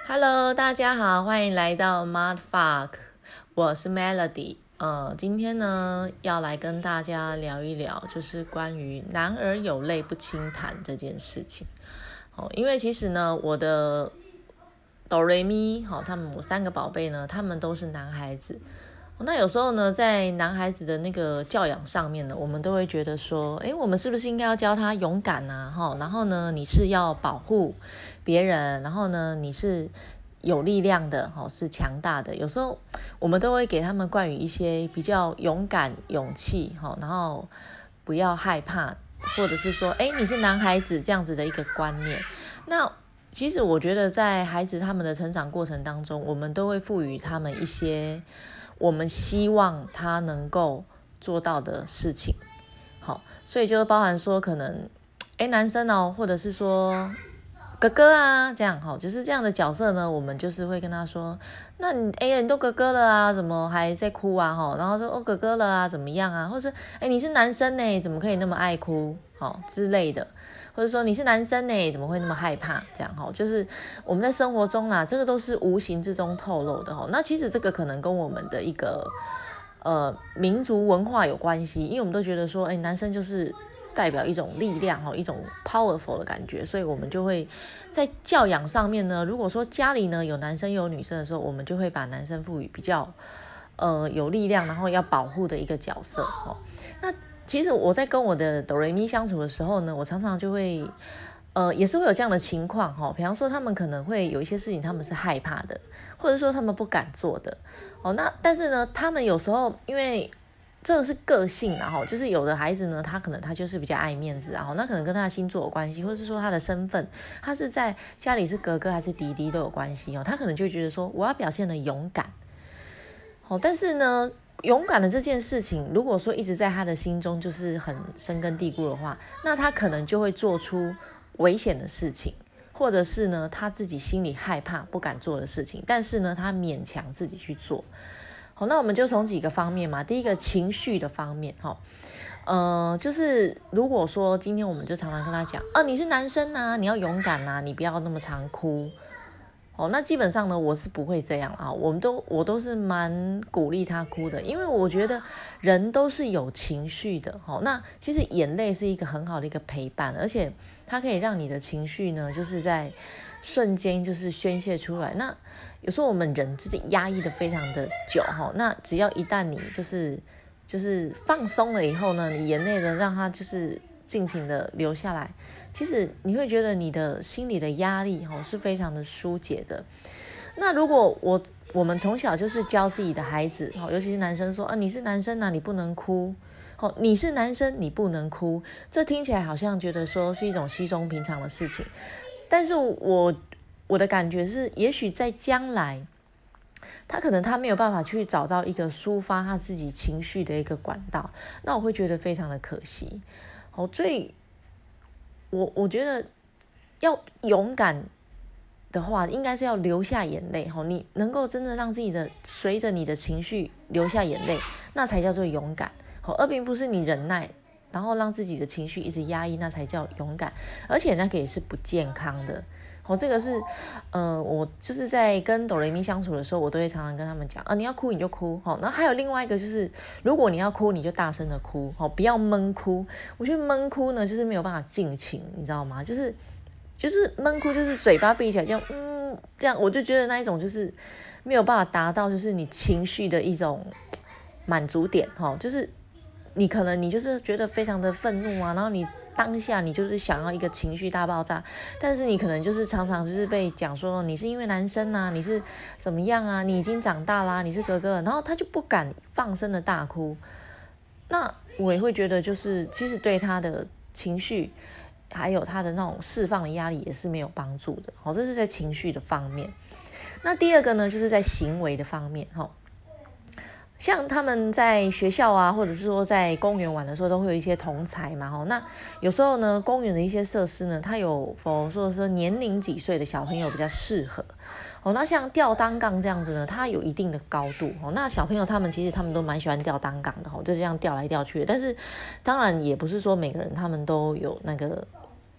Hello，大家好，欢迎来到 Mudfuck， 我是 Melody。今天呢要来跟大家聊一聊，就是关于男儿有泪不轻弹这件事情。因为其实呢，我的哆瑞咪，我三个宝贝呢，他们都是男孩子。那有时候呢，在男孩子的那个教养上面呢，我们都会觉得说，我们是不是应该要教他勇敢啊？然后呢，你是要保护别人，然后呢，你是有力量的，是强大的。有时候我们都会给他们冠以一些比较勇敢、勇气，然后不要害怕，或者是说，你是男孩子这样子的一个观念。那其实我觉得在孩子他们的成长过程当中，我们都会赋予他们一些我们希望他能够做到的事情。所以就包含说可能男生或者是说哥哥啊，这样就是这样的角色呢，我们就是会跟他说，那你都哥哥了啊，怎么还在哭啊？然后说哥哥了啊，怎么样啊？或者是你是男生呢，怎么可以那么爱哭之类的，或者说你是男生呢，怎么会那么害怕？这样就是我们在生活中啦，这个都是无形之中透露的那其实这个可能跟我们的一个民族文化有关系，因为我们都觉得说，男生就是代表一种力量一种 powerful 的感觉，所以我们就会在教养上面呢，如果说家里呢有男生有女生的时候，我们就会把男生赋予比较有力量，然后要保护的一个角色那其实我在跟我的哆瑞咪相处的时候呢，我常常就会也是会有这样的情况比方说他们可能会有一些事情他们是害怕的，或者说他们不敢做的那但是呢，他们有时候因为这个是个性就是有的孩子呢，他可能他就是比较爱面子那可能跟他的星座有关系，或者是说他的身份，他是在家里是哥哥还是弟弟都有关系他可能就会觉得说我要表现的勇敢但是呢，勇敢的这件事情如果说一直在他的心中就是很深根蒂固的话，那他可能就会做出危险的事情，或者是呢他自己心里害怕不敢做的事情，但是呢他勉强自己去做那我们就从几个方面嘛。第一个，情绪的方面就是如果说今天我们就常常跟他讲你是男生啊，你要勇敢啊，你不要那么常哭那基本上呢我是不会这样我都是蛮鼓励他哭的，因为我觉得人都是有情绪的那其实眼泪是一个很好的一个陪伴，而且它可以让你的情绪呢就是在瞬间就是宣泄出来。那有时候我们人自己压抑的非常的久那只要一旦你就是放松了以后呢，你眼泪呢让它就是尽情的流下来，其实你会觉得你的心里的压力是非常的疏解的。那如果我们从小就是教自己的孩子尤其是男生说你是男生啊，你不能哭你是男生你不能哭，这听起来好像觉得说是一种稀松平常的事情，但是我的感觉是，也许在将来他可能他没有办法去找到一个抒发他自己情绪的一个管道，那我会觉得非常的可惜所以我觉得要勇敢的话，应该是要流下眼泪你能够真的让自己的随着你的情绪流下眼泪，那才叫做勇敢而并不是你忍耐然后让自己的情绪一直压抑，那才叫勇敢，而且那个也是不健康的这个是我就是在跟哆瑞咪相处的时候，我都会常常跟他们讲你要哭你就哭然后还有另外一个就是，如果你要哭你就大声的哭不要闷哭。我觉得闷哭呢就是没有办法尽情，你知道吗？就是闷哭，就是嘴巴闭起来这样这样，我就觉得那一种就是没有办法达到就是你情绪的一种满足点就是你可能你就是觉得非常的愤怒啊，然后你当下你就是想要一个情绪大爆炸，但是你可能就是常常就是被讲说你是因为男生啊，你是怎么样啊，你已经长大啦，你是哥哥了，然后他就不敢放声的大哭。那我也会觉得就是其实对他的情绪还有他的那种释放的压力也是没有帮助的这是在情绪的方面。那第二个呢就是在行为的方面像他们在学校啊，或者是说在公园玩的时候，都会有一些同侪嘛那有时候呢，公园的一些设施呢，它有否说年龄几岁的小朋友比较适合那像吊单杠这样子呢，它有一定的高度那小朋友他们其实他们都蛮喜欢吊单杠的就这样吊来吊去的。但是当然也不是说每个人他们都有那个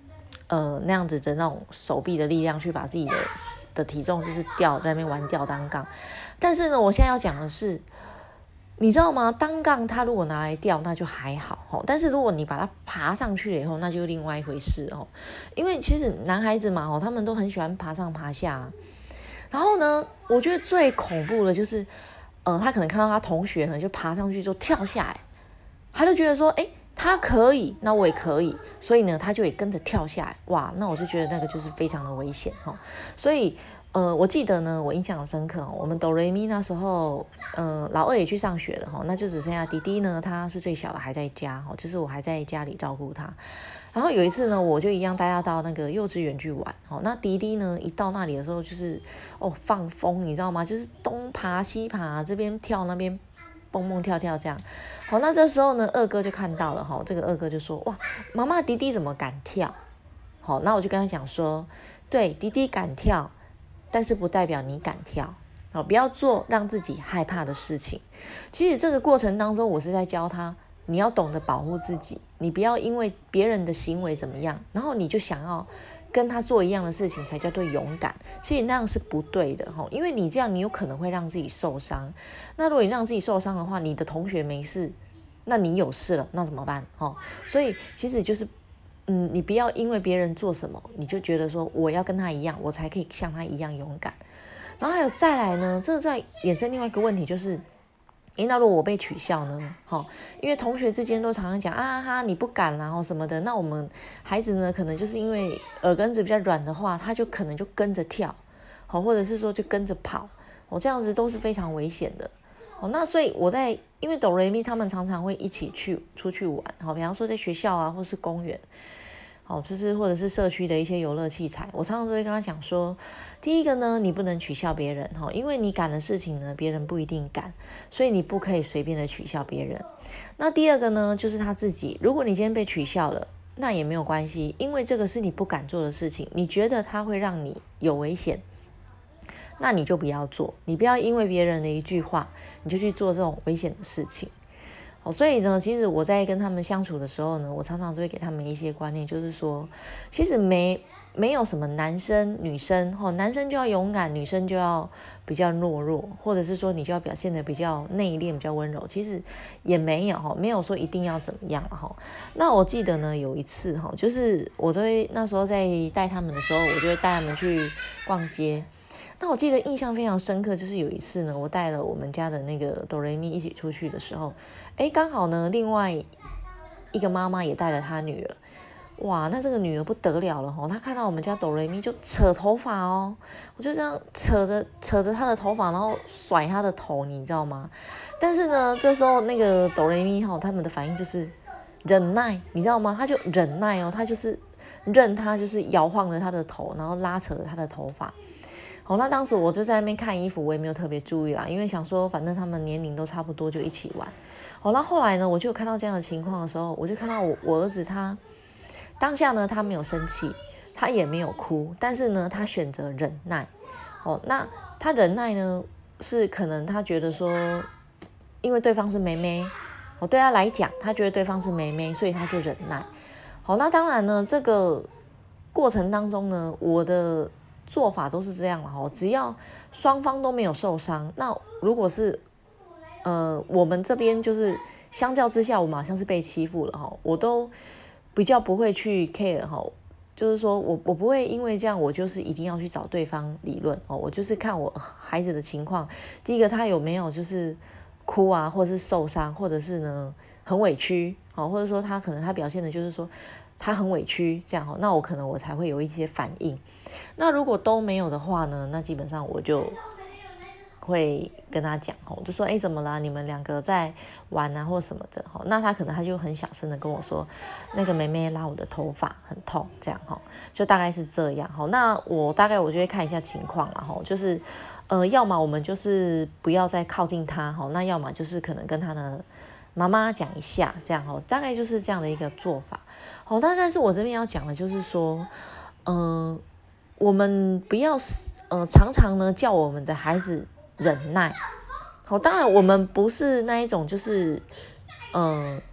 那样子的那种手臂的力量去把自己的体重就是在那边玩吊单杠。但是呢，我现在要讲的是，你知道吗？单杠它如果拿来吊，那就还好，但是如果你把它爬上去了以后，那就另外一回事哦。因为其实男孩子嘛，他们都很喜欢爬上爬下。然后呢，我觉得最恐怖的就是，他可能看到他同学呢就爬上去就跳下来，他就觉得说，他可以，那我也可以，所以呢，他就也跟着跳下来。哇，那我就觉得那个就是非常的危险哦。所以，我记得呢，我印象很深刻哦。我们哆瑞咪那时候，老二也去上学了哈，那就只剩下弟弟呢，他是最小的，还在家哈，就是我还在家里照顾他。然后有一次呢，我就一样带他到那个幼稚园去玩。那弟弟呢，一到那里的时候，就是放风，你知道吗？就是东爬西爬，这边跳那边蹦蹦跳跳这样。好，那这时候呢，二哥就看到了哈，这个二哥就说：“哇，妈妈，弟弟怎么敢跳？”好，那我就跟他讲说：“对，弟弟敢跳，但是不代表你敢跳。好，不要做让自己害怕的事情。其实这个过程当中，我是在教他。”你要懂得保护自己，你不要因为别人的行为怎么样，然后你就想要跟他做一样的事情才叫做勇敢。其实那样是不对的，因为你这样你有可能会让自己受伤。那如果你让自己受伤的话，你的同学没事，那你有事了，那怎么办？所以其实就是你不要因为别人做什么，你就觉得说我要跟他一样，我才可以像他一样勇敢。然后还有再来呢，这再衍生另外一个问题就是，那如果我被取笑呢？因为同学之间都常常讲哈你不敢啦什么的，那我们孩子呢，可能就是因为耳根子比较软的话，他就可能就跟着跳，或者是说就跟着跑，这样子都是非常危险的。那所以因为哆瑞咪他们常常会一起出去玩，比方说在学校啊，或是公园。就是或者是社区的一些游乐器材，我常常都会跟他讲说，第一个呢，你不能取笑别人，因为你敢的事情呢，别人不一定敢，所以你不可以随便的取笑别人。那第二个呢，就是他自己，如果你今天被取笑了，那也没有关系，因为这个是你不敢做的事情，你觉得它会让你有危险，那你就不要做，你不要因为别人的一句话，你就去做这种危险的事情。所以呢，其实我在跟他们相处的时候呢，我常常都会给他们一些观念，就是说，其实没有什么男生女生，男生就要勇敢，女生就要比较懦弱，或者是说你就要表现得比较内敛、比较温柔，其实也没有说一定要怎么样了。那我记得呢，有一次就是我那时候在带他们的时候，我就会带他们去逛街。那我记得印象非常深刻，就是有一次呢，我带了我们家的那个哆瑞咪一起出去的时候，刚好呢，另外一个妈妈也带了她女儿。哇，那这个女儿不得了了她看到我们家哆瑞咪就扯头发我就这样扯着她的头发，然后甩她的头，你知道吗？但是呢，这时候那个哆瑞咪他们的反应就是忍耐，你知道吗？他就忍耐他就是任他就是摇晃着他的头，然后拉扯着他的头发。那当时我就在那边看衣服，我也没有特别注意啦，因为想说反正他们年龄都差不多，就一起玩。那后来呢，我就看到这样的情况的时候，我就看到我儿子他当下呢，他没有生气，他也没有哭，但是呢，他选择忍耐。那他忍耐呢，是可能他觉得说，因为对方是妹妹，对他来讲，他觉得对方是妹妹，所以他就忍耐。那当然呢，这个过程当中呢，我的做法都是这样了只要双方都没有受伤，那如果是我们这边就是相较之下，我马上是被欺负了我都比较不会去 care 就是说我不会因为这样我就是一定要去找对方理论我就是看我孩子的情况，第一个他有没有就是哭啊，或者是受伤，或者是呢很委屈或者说他可能他表现的就是说他很委屈这样那我可能我才会有一些反应。那如果都没有的话呢，那基本上我就会跟他讲就说怎么啦，你们两个在玩啊或什么的那他可能他就很小声的跟我说，那个妹妹拉我的头发很痛这样就大概是这样那我大概我就会看一下情况啦就是要么我们就是不要再靠近他那要么就是可能跟他的妈妈讲一下这样大概就是这样的一个做法但是我这边要讲的就是说我们不要常常呢叫我们的孩子忍耐当然我们不是那一种就是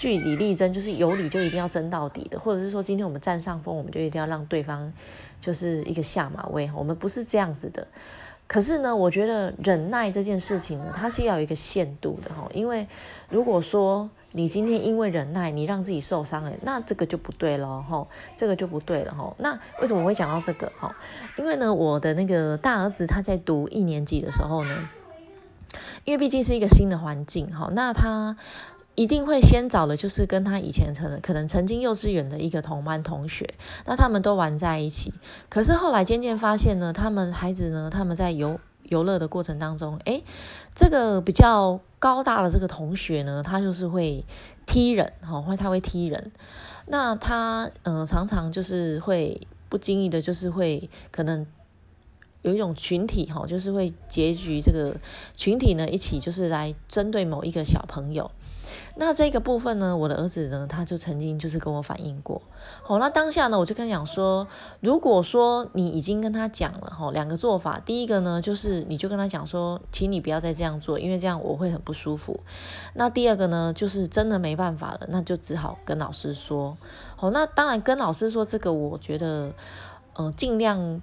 据理力争，就是有理就一定要争到底的，或者是说今天我们占上风，我们就一定要让对方就是一个下马威，我们不是这样子的。可是呢，我觉得忍耐这件事情呢，它是要有一个限度的，因为如果说你今天因为忍耐，你让自己受伤了，那这个就不对了，这个就不对了。那为什么我会讲到这个？因为呢，我的那个大儿子他在读1年级的时候呢，因为毕竟是一个新的环境，那他一定会先找的就是跟他以前可能曾经幼稚园的一个同班同学，那他们都玩在一起。可是后来渐渐发现呢，孩子呢，他们在游乐的过程当中，这个比较高大的这个同学呢，他就是会踢人，他会踢人。那他常常就是会不经意的，就是会可能有一种群体，就是会结局这个群体呢一起就是来针对某一个小朋友。那这个部分呢，我的儿子呢，他就曾经就是跟我反映过。那当下呢，我就跟他讲说，如果说你已经跟他讲了2个做法，第一个呢，就是你就跟他讲说，请你不要再这样做，因为这样我会很不舒服。那第二个呢，就是真的没办法了，那就只好跟老师说。那当然跟老师说这个，我觉得尽量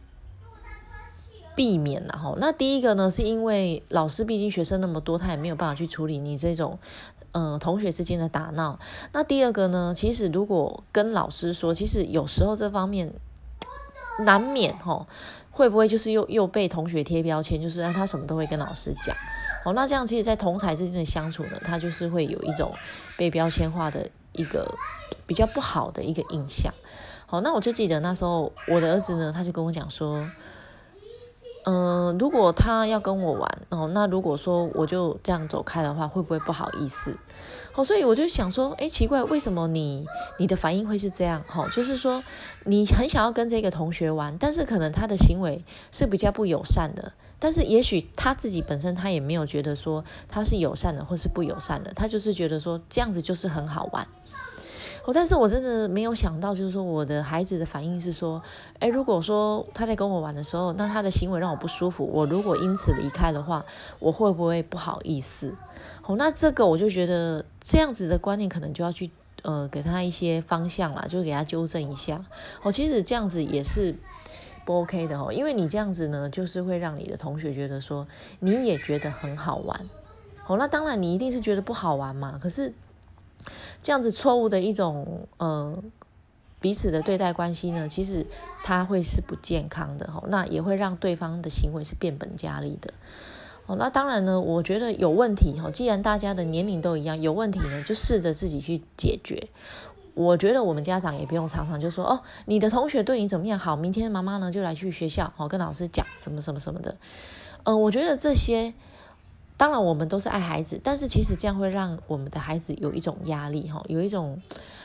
避免啦。那第一个呢，是因为老师毕竟学生那么多，他也没有办法去处理你这种同学之间的打闹。那第二个呢，其实如果跟老师说，其实有时候这方面难免会不会就是又被同学贴标签，就是他什么都会跟老师讲。那这样其实在同侪之间的相处呢，他就是会有一种被标签化的一个比较不好的一个印象。那我就记得那时候我的儿子呢，他就跟我讲说，如果他要跟我玩，那如果说我就这样走开的话，会不会不好意思？所以我就想说，奇怪，为什么你的反应会是这样？就是说你很想要跟这个同学玩，但是可能他的行为是比较不友善的，但是也许他自己本身他也没有觉得说他是友善的或是不友善的，他就是觉得说这样子就是很好玩。但是我真的没有想到，就是说我的孩子的反应是说，如果说他在跟我玩的时候，那他的行为让我不舒服，我如果因此离开的话，我会不会不好意思？那这个我就觉得这样子的观念可能就要去给他一些方向啦，就给他纠正一下。其实这样子也是不 OK 的，因为你这样子呢，就是会让你的同学觉得说你也觉得很好玩。那当然你一定是觉得不好玩嘛，可是这样子错误的一种彼此的对待关系呢，其实它会是不健康的，那也会让对方的行为是变本加厉的。那当然呢，我觉得有问题，既然大家的年龄都一样，有问题呢就试着自己去解决。我觉得我们家长也不用常常就说你的同学对你怎么样，好，明天妈妈呢就来去学校跟老师讲什么什么什么的。我觉得这些当然我们都是爱孩子，但是其实这样会让我们的孩子有一种压力，有一种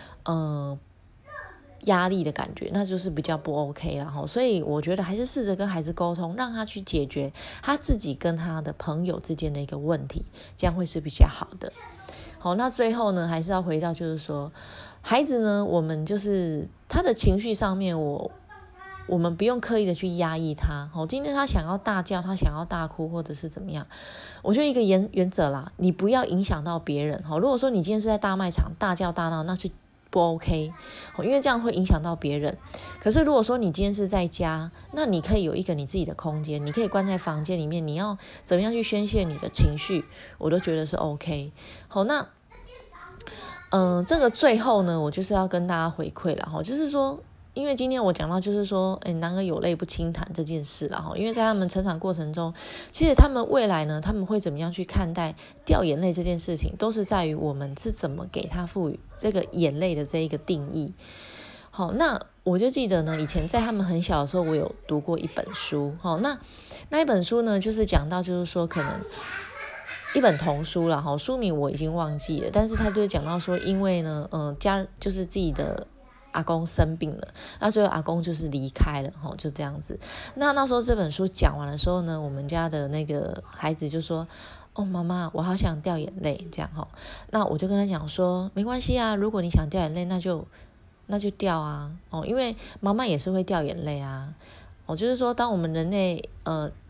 压力的感觉，那就是比较不 OK 啦。所以我觉得还是试着跟孩子沟通，让他去解决他自己跟他的朋友之间的一个问题，这样会是比较好的。那最后呢，还是要回到就是说，孩子呢，我们就是他的情绪上面，我们不用刻意的去压抑他。今天他想要大叫，他想要大哭，或者是怎么样，我觉得一个原则啦，你不要影响到别人。如果说你今天是在大卖场大叫大闹，那是不 OK， 因为这样会影响到别人。可是如果说你今天是在家，那你可以有一个你自己的空间，你可以关在房间里面，你要怎么样去宣泄你的情绪，我都觉得是 OK。那这个最后呢，我就是要跟大家回馈了，就是说因为今天我讲到就是说男儿有泪不轻弹这件事啦，因为在他们成长过程中，其实他们未来呢，他们会怎么样去看待掉眼泪这件事情，都是在于我们是怎么给他赋予这个眼泪的这一个定义。那我就记得呢，以前在他们很小的时候，我有读过一本书，那一本书呢，就是讲到就是说可能一本童书啦，书名我已经忘记了，但是他就讲到说，因为呢就是自己的阿公生病了，那最后阿公就是离开了，就这样子。那时候这本书讲完的时候呢，我们家的那个孩子就说，妈妈我好想掉眼泪这样。那我就跟他讲说，没关系啊，如果你想掉眼泪，那就掉啊，因为妈妈也是会掉眼泪啊。就是说当我们人类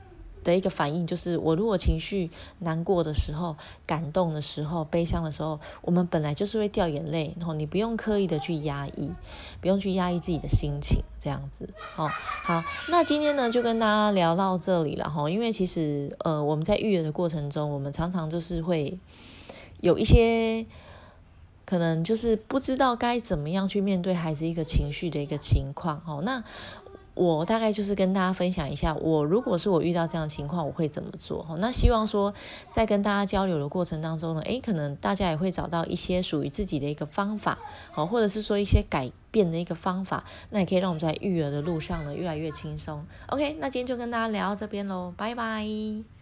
的一个反应，就是我如果情绪难过的时候、感动的时候、悲伤的时候，我们本来就是会掉眼泪，然后你不用刻意的去压抑，不用去压抑自己的心情，这样子哦。好，那今天呢就跟大家聊到这里了哈，因为其实我们在育儿的过程中，我们常常就是会有一些可能就是不知道该怎么样去面对孩子一个情绪的一个情况哦。那我大概就是跟大家分享一下，如果是我遇到这样的情况，我会怎么做。那希望说在跟大家交流的过程当中呢，可能大家也会找到一些属于自己的一个方法，或者是说一些改变的一个方法，那也可以让我们在育儿的路上呢越来越轻松。OK， 那今天就跟大家聊到这边咯，拜拜。